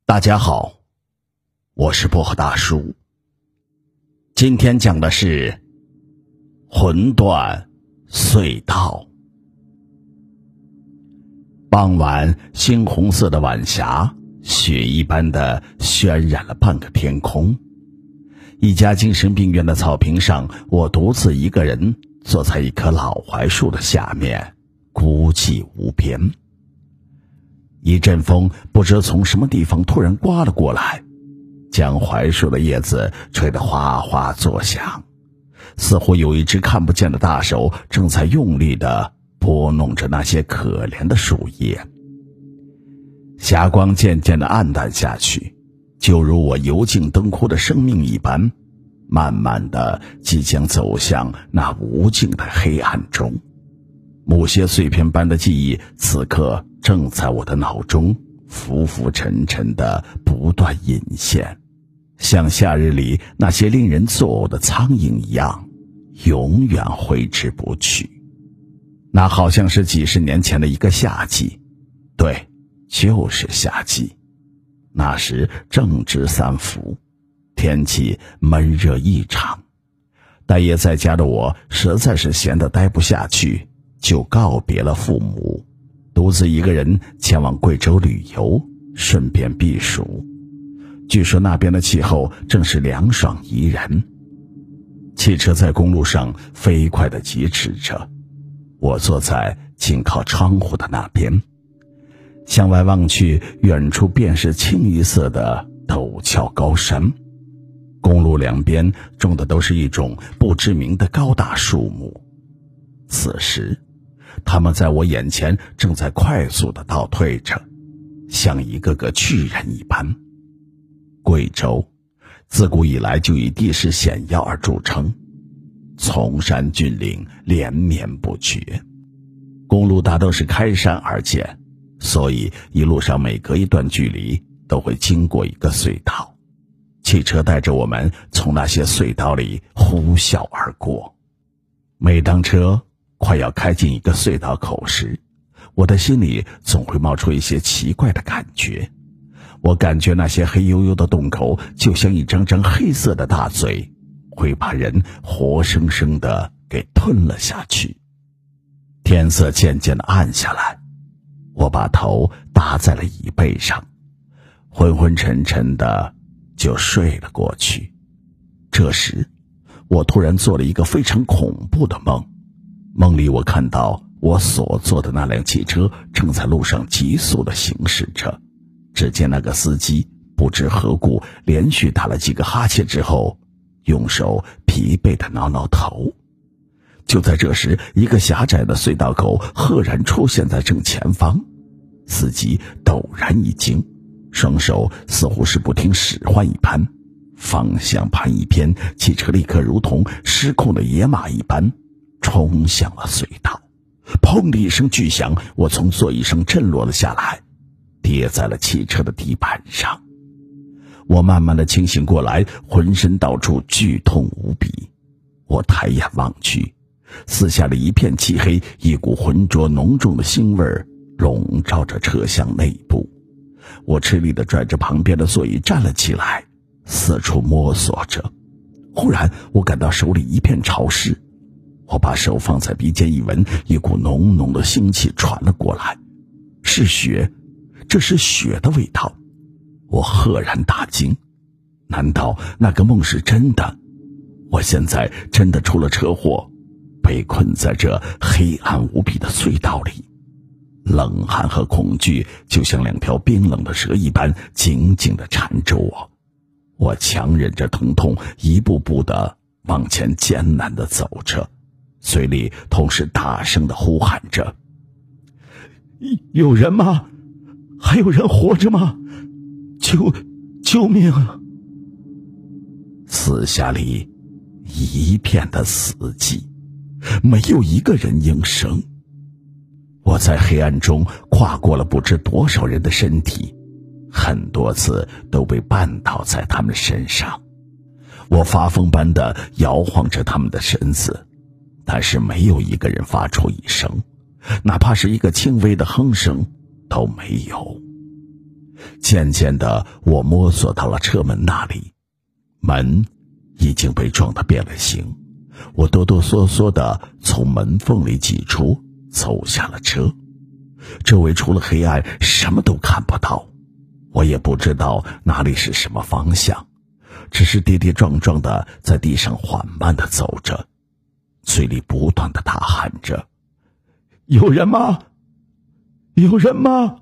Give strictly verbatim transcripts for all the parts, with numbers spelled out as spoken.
大家好，我是薄荷大叔。今天讲的是魂断隧道。傍晚，猩红色的晚霞雪一般的渲染了半个天空。一家精神病院的草坪上，我独自一个人坐在一棵老槐树的下面，孤寂无边。一阵风不知从什么地方突然刮了过来，将槐树的叶子吹得哗哗作响，似乎有一只看不见的大手正在用力地拨弄着那些可怜的树叶。霞光渐渐地暗淡下去，就如我油尽灯枯的生命一般，慢慢地即将走向那无尽的黑暗中。某些碎片般的记忆此刻正在我的脑中浮浮沉沉地不断隐现，像夏日里那些令人作呕的苍蝇一样，永远挥之不去。那好像是几十年前的一个夏季，对，就是夏季。那时正值三伏，天气闷热异常。待业在家的我实在是闲得待不下去，就告别了父母，独自一个人前往贵州旅游，顺便避暑。据说那边的气候正是凉爽宜人。汽车在公路上飞快地疾驰着，我坐在紧靠窗户的那边，向外望去，远处便是清一色的陡峭高山。公路两边种的都是一种不知名的高大树木。此时他们在我眼前正在快速地倒退着，像一个个巨人一般。贵州自古以来就以地势险要而著称，崇山峻岭连绵不绝，公路大都是开山而建，所以一路上每隔一段距离都会经过一个隧道，汽车带着我们从那些隧道里呼啸而过。每当车快要开进一个隧道口时，我的心里总会冒出一些奇怪的感觉。我感觉那些黑黝黝的洞口就像一张张黑色的大嘴，会把人活生生的给吞了下去。天色渐渐的暗下来，我把头搭在了椅背上，昏昏沉沉的就睡了过去。这时我突然做了一个非常恐怖的梦。梦里我看到我所坐的那辆汽车正在路上急速地行驶着，只见那个司机不知何故连续打了几个哈欠之后，用手疲惫地挠挠头。就在这时，一个狭窄的隧道口赫然出现在正前方。司机陡然一惊，双手似乎是不听使唤一般，方向盘一偏，汽车立刻如同失控的野马一般冲向了隧道。砰的一声巨响，我从座椅上震落了下来，跌在了汽车的地板上。我慢慢的清醒过来，浑身到处剧痛无比。我抬眼望去，四下里一片漆黑，一股浑浊浓重的腥味儿笼罩着车厢内部。我吃力地拽着旁边的座椅站了起来，四处摸索着。忽然我感到手里一片潮湿，我把手放在鼻尖一闻，一股浓浓的腥气传了过来，是血，这是血的味道。我赫然大惊，难道那个梦是真的？我现在真的出了车祸，被困在这黑暗无比的隧道里。冷汗和恐惧就像两条冰冷的蛇一般紧紧地缠着我。我强忍着疼痛，一步步地往前艰难地走着，嘴里同时大声地呼喊着：有人吗？还有人活着吗？救救命啊！四下里一片的死寂，没有一个人应声。我在黑暗中跨过了不知多少人的身体，很多次都被绊倒在他们身上。我发疯般地摇晃着他们的身子，但是没有一个人发出一声，哪怕是一个轻微的哼声都没有。 渐渐的，我摸索到了车门那里，门已经被撞得变了形。我哆哆嗦嗦的从门缝里挤出，走下了车。周围除了黑暗，什么都看不到。我也不知道哪里是什么方向，只是跌跌撞撞的在地上缓慢的走着，嘴里不断的大喊着：“有人吗？有人吗？”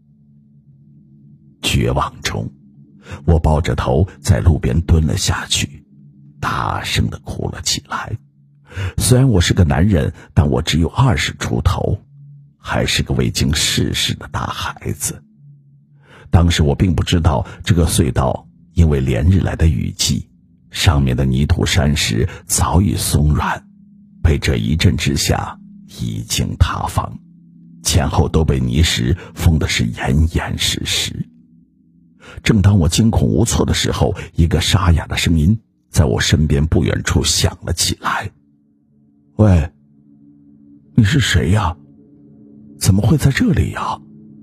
绝望中，我抱着头在路边蹲了下去，大声的哭了起来。虽然我是个男人，但我只有二十出头，还是个未经世事的大孩子。当时我并不知道这个隧道因为连日来的雨季，上面的泥土山石早已松软，被这一阵之下已经塌方，前后都被泥石封的是严严实实。正当我惊恐无措的时候，一个沙哑的声音在我身边不远处响了起来：“喂，你是谁呀？怎么会在这里呀？”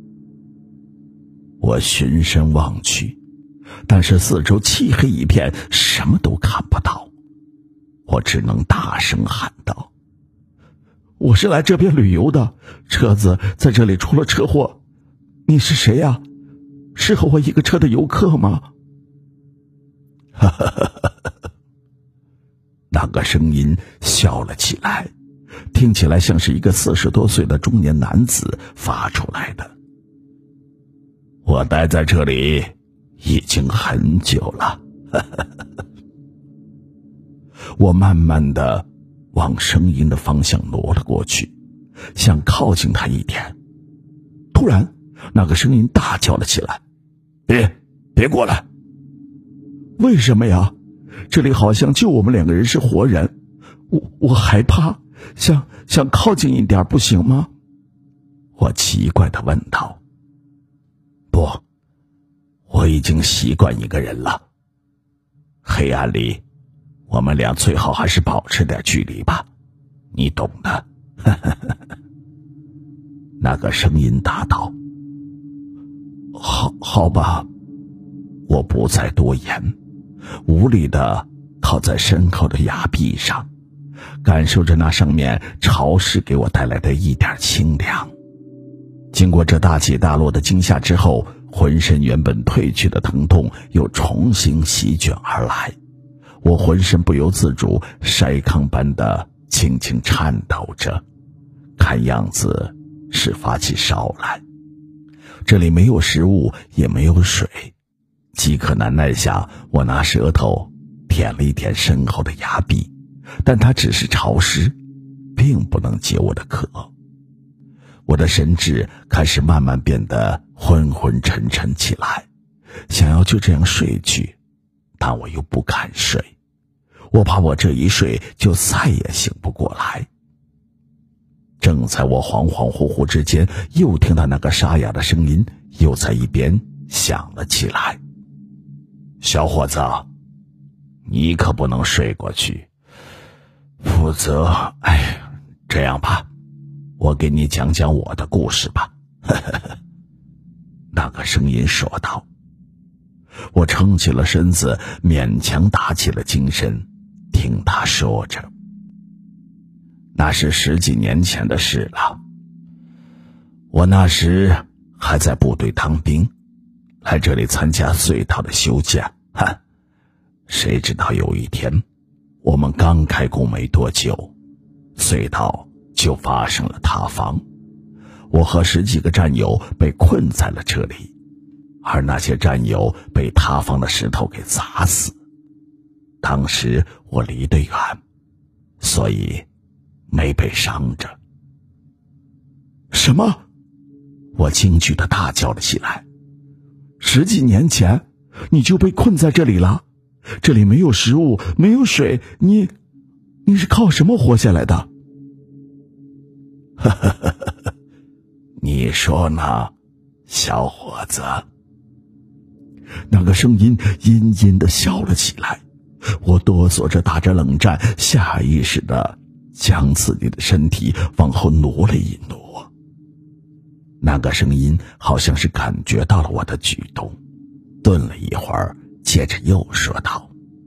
我循声望去，但是四周漆黑一片，什么都看不到。我只能大声喊道：“我是来这边旅游的，车子在这里出了车祸。你是谁呀？是和我一个车的游客吗？”哈哈哈哈！那个声音笑了起来，听起来像是一个四十多岁的中年男子发出来的。我待在这里已经很久了。我慢慢的往声音的方向挪了过去，想靠近他一点。突然，那个声音大叫了起来：“别，别过来！”“为什么呀？这里好像就我们两个人是活人，我我害怕，想想靠近一点，不行吗？”我奇怪地问道。“不，我已经习惯一个人了。黑暗里，我们俩最好还是保持点距离吧，你懂的。”那个声音答道。“好，好吧。”我不再多言，无力地靠在身后的崖壁上，感受着那上面潮湿给我带来的一点清凉。经过这大起大落的惊吓之后，浑身原本褪去的疼痛又重新席卷而来，我浑身不由自主筛糠般的轻轻颤抖着，看样子是发起烧来。这里没有食物，也没有水，饥渴难耐下，我拿舌头舔了一舔身后的崖壁，但它只是潮湿，并不能解我的渴。我的神志开始慢慢变得昏昏沉沉起来，想要就这样睡去，但我又不敢睡，我怕我这一睡就再也醒不过来。正在我恍恍惚惚之间，又听到那个沙哑的声音又在一边响了起来：“小伙子，你可不能睡过去，否则……哎，这样吧，我给你讲讲我的故事吧。”那个声音说道。我撑起了身子，勉强打起了精神，听他说着。那是十几年前的事了。我那时还在部队当兵，来这里参加隧道的休假。哈，谁知道有一天，我们刚开工没多久，隧道就发生了塌方。我和十几个战友被困在了这里，而那些战友被塌方的石头给砸死。当时我离得远，所以没被伤着。什么？我惊惧地大叫了起来。十几年前你就被困在这里了？这里没有食物，没有水，你你是靠什么活下来的？你说呢，小伙子？那个声音阴阴地笑了起来。我哆嗦着打着冷战，下意识地将自己的身体往后挪了一挪。 那个声音好像是感觉到了我的举动，顿了一会儿，接着又说道：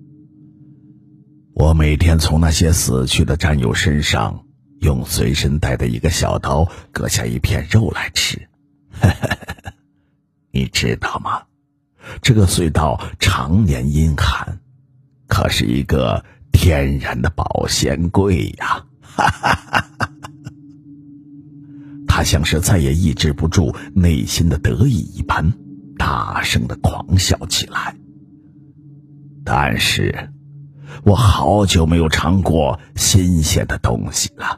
我每天从那些死去的战友身上用随身带的一个小刀割下一片肉来吃。你知道吗？这个隧道常年阴寒，可是一个天然的保鲜柜呀！他像是再也抑制不住内心的得意一般，大声的狂笑起来。但是我好久没有尝过新鲜的东西了。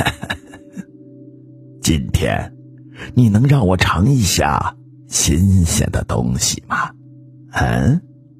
今天你能让我尝一下新鲜的东西吗？嗯？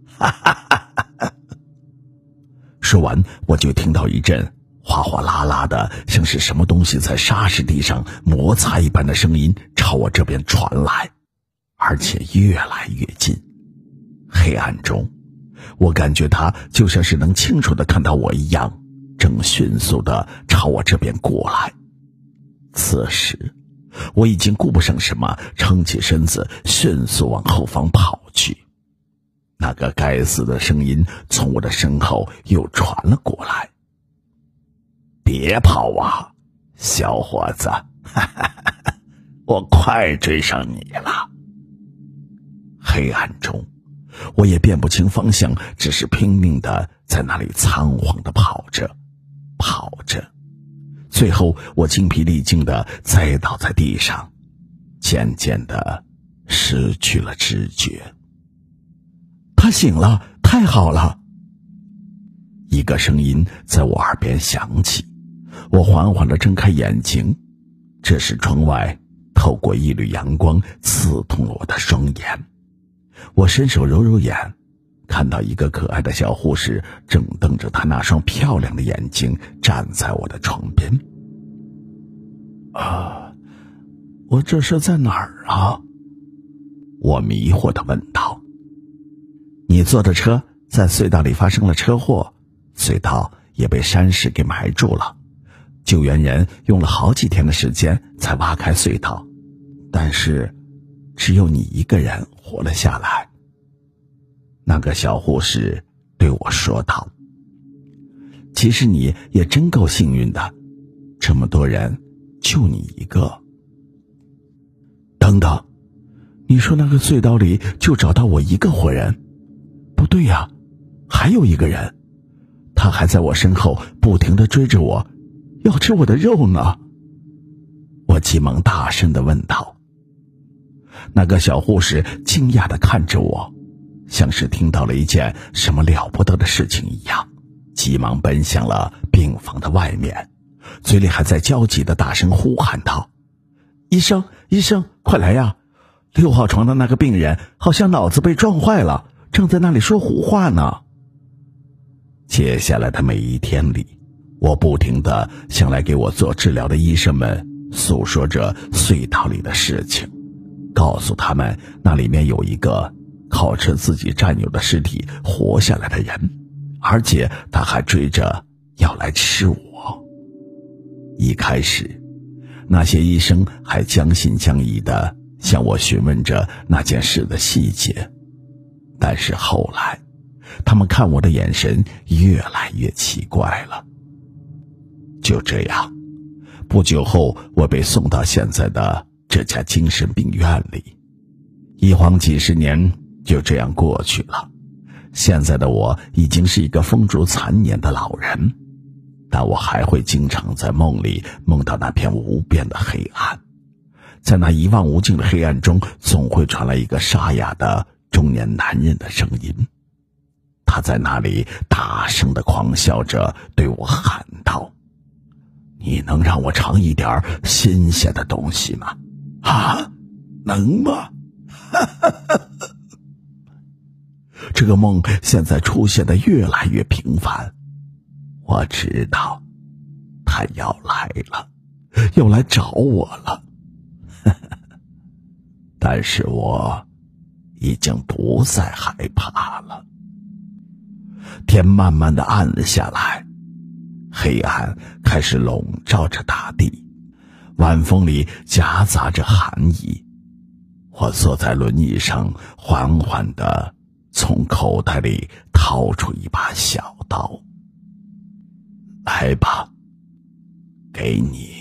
说完，我就听到一阵哗哗啦啦的，像是什么东西在沙石地上摩擦一般的声音朝我这边传来，而且越来越近。黑暗中，我感觉它就像是能清楚地看到我一样，正迅速地朝我这边过来。此时我已经顾不上什么，撑起身子迅速往后方跑去。那个该死的声音从我的身后又传了过来：别跑啊，小伙子，我快追上你了。黑暗中我也辨不清方向，只是拼命的在那里仓皇的跑着跑着，最后我精疲力尽的栽倒在地上，渐渐的失去了知觉。他醒了，太好了！一个声音在我耳边响起，我缓缓地睁开眼睛，这时窗外透过一缕阳光刺痛了我的双眼。我伸手揉揉眼，看到一个可爱的小护士正瞪着她那双漂亮的眼睛站在我的床边。啊，我这是在哪儿啊？我迷惑地问道。你坐的车在隧道里发生了车祸，隧道也被山石给埋住了，救援人用了好几天的时间才挖开隧道，但是只有你一个人活了下来。那个小护士对我说道。其实你也真够幸运的，这么多人就你一个。等等，你说那个隧道里就找到我一个活人？不对呀，还有一个人，他还在我身后不停地追着我，要吃我的肉呢。我急忙大声地问道。那个小护士惊讶地看着我，像是听到了一件什么了不得的事情一样，急忙奔向了病房的外面，嘴里还在焦急地大声呼喊道：医生，医生，快来呀！六号床的那个病人好像脑子被撞坏了，正在那里说胡话呢。接下来的每一天里，我不停地向来给我做治疗的医生们诉说着隧道里的事情，告诉他们那里面有一个靠吃自己战友的尸体活下来的人，而且他还追着要来吃我。一开始，那些医生还将信将疑地向我询问着那件事的细节，但是后来他们看我的眼神越来越奇怪了。就这样，不久后我被送到现在的这家精神病院里。一晃几十年就这样过去了，现在的我已经是一个风烛残年的老人，但我还会经常在梦里梦到那片无边的黑暗。在那一望无尽的黑暗中，总会传来一个沙哑的中年男人的声音，他在那里大声地狂笑着对我喊道：你能让我尝一点新鲜的东西吗？啊，能吗？这个梦现在出现的越来越频繁，我知道他要来了，要来找我了。但是我已经不再害怕了。天慢慢的暗了下来，黑暗开始笼罩着大地， 晚风里夹杂着寒意。我坐在轮椅上，缓缓地从口袋里掏出一把小刀。来吧，给你。